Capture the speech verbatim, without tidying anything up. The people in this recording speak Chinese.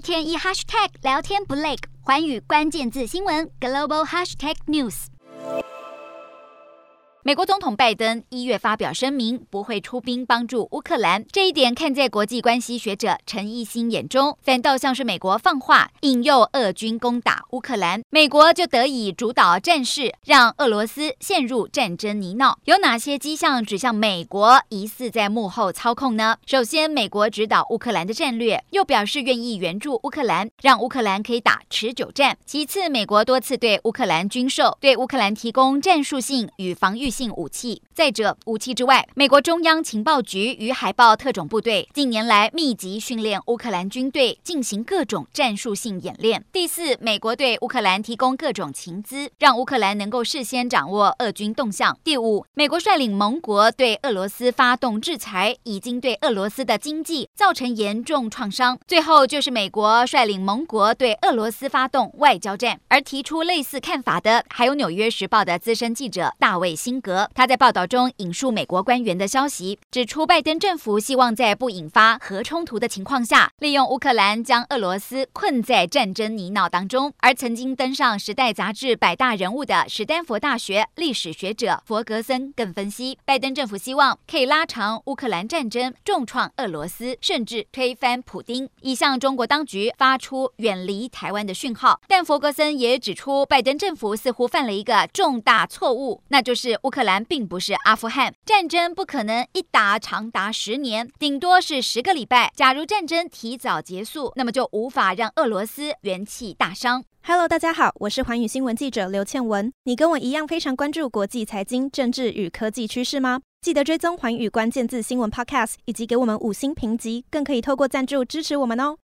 天一 hashtag 聊天不累，寰宇关键字新闻 global hashtag news。美国总统拜登一月发表声明，不会出兵帮助乌克兰。这一点看在国际关系学者陈一新眼中，反倒像是美国放话，引诱俄军攻打乌克兰，美国就得以主导战事，让俄罗斯陷入战争泥淖。有哪些迹象指向美国疑似在幕后操控呢？首先，美国指导乌克兰的战略，又表示愿意援助乌克兰，让乌克兰可以打持久战。其次，美国多次对乌克兰军售，对乌克兰提供战术性与防御性武器。再者，武器之外，美国中央情报局与海豹特种部队近年来密集训练乌克兰军队，进行各种战术性演练。第四，美国对乌克兰提供各种情资，让乌克兰能够事先掌握俄军动向。第五，美国率领盟国对俄罗斯发动制裁，已经对俄罗斯的经济造成严重创伤。最后就是美国率领盟国对俄罗斯发动外交战。而提出类似看法的，还有《纽约时报》的资深记者大卫辛格。他在报道中引述美国官员的消息，指出拜登政府希望在不引发核冲突的情况下，利用乌克兰将俄罗斯困在战争泥淖当中。而曾经登上《时代》杂志百大人物的史丹佛大学历史学者佛格森更分析，拜登政府希望可以拉长乌克兰战争，重创俄罗斯，甚至推翻普丁，以向中国当局发出远离台湾的讯号。但佛格森也指出，拜登政府似乎犯了一个重大错误，那就是乌克兰并不是阿富汗，战争不可能一打长达十年，顶多是十个礼拜。假如战争提早结束，那么就无法让俄罗斯元气大伤。 Hello， 大家好，我是寰宇新闻记者刘倩文。你跟我一样非常关注国际财经、政治与科技趋势吗？记得追踪寰宇关键字新闻 Podcast， 以及给我们五星评级，更可以透过赞助支持我们哦。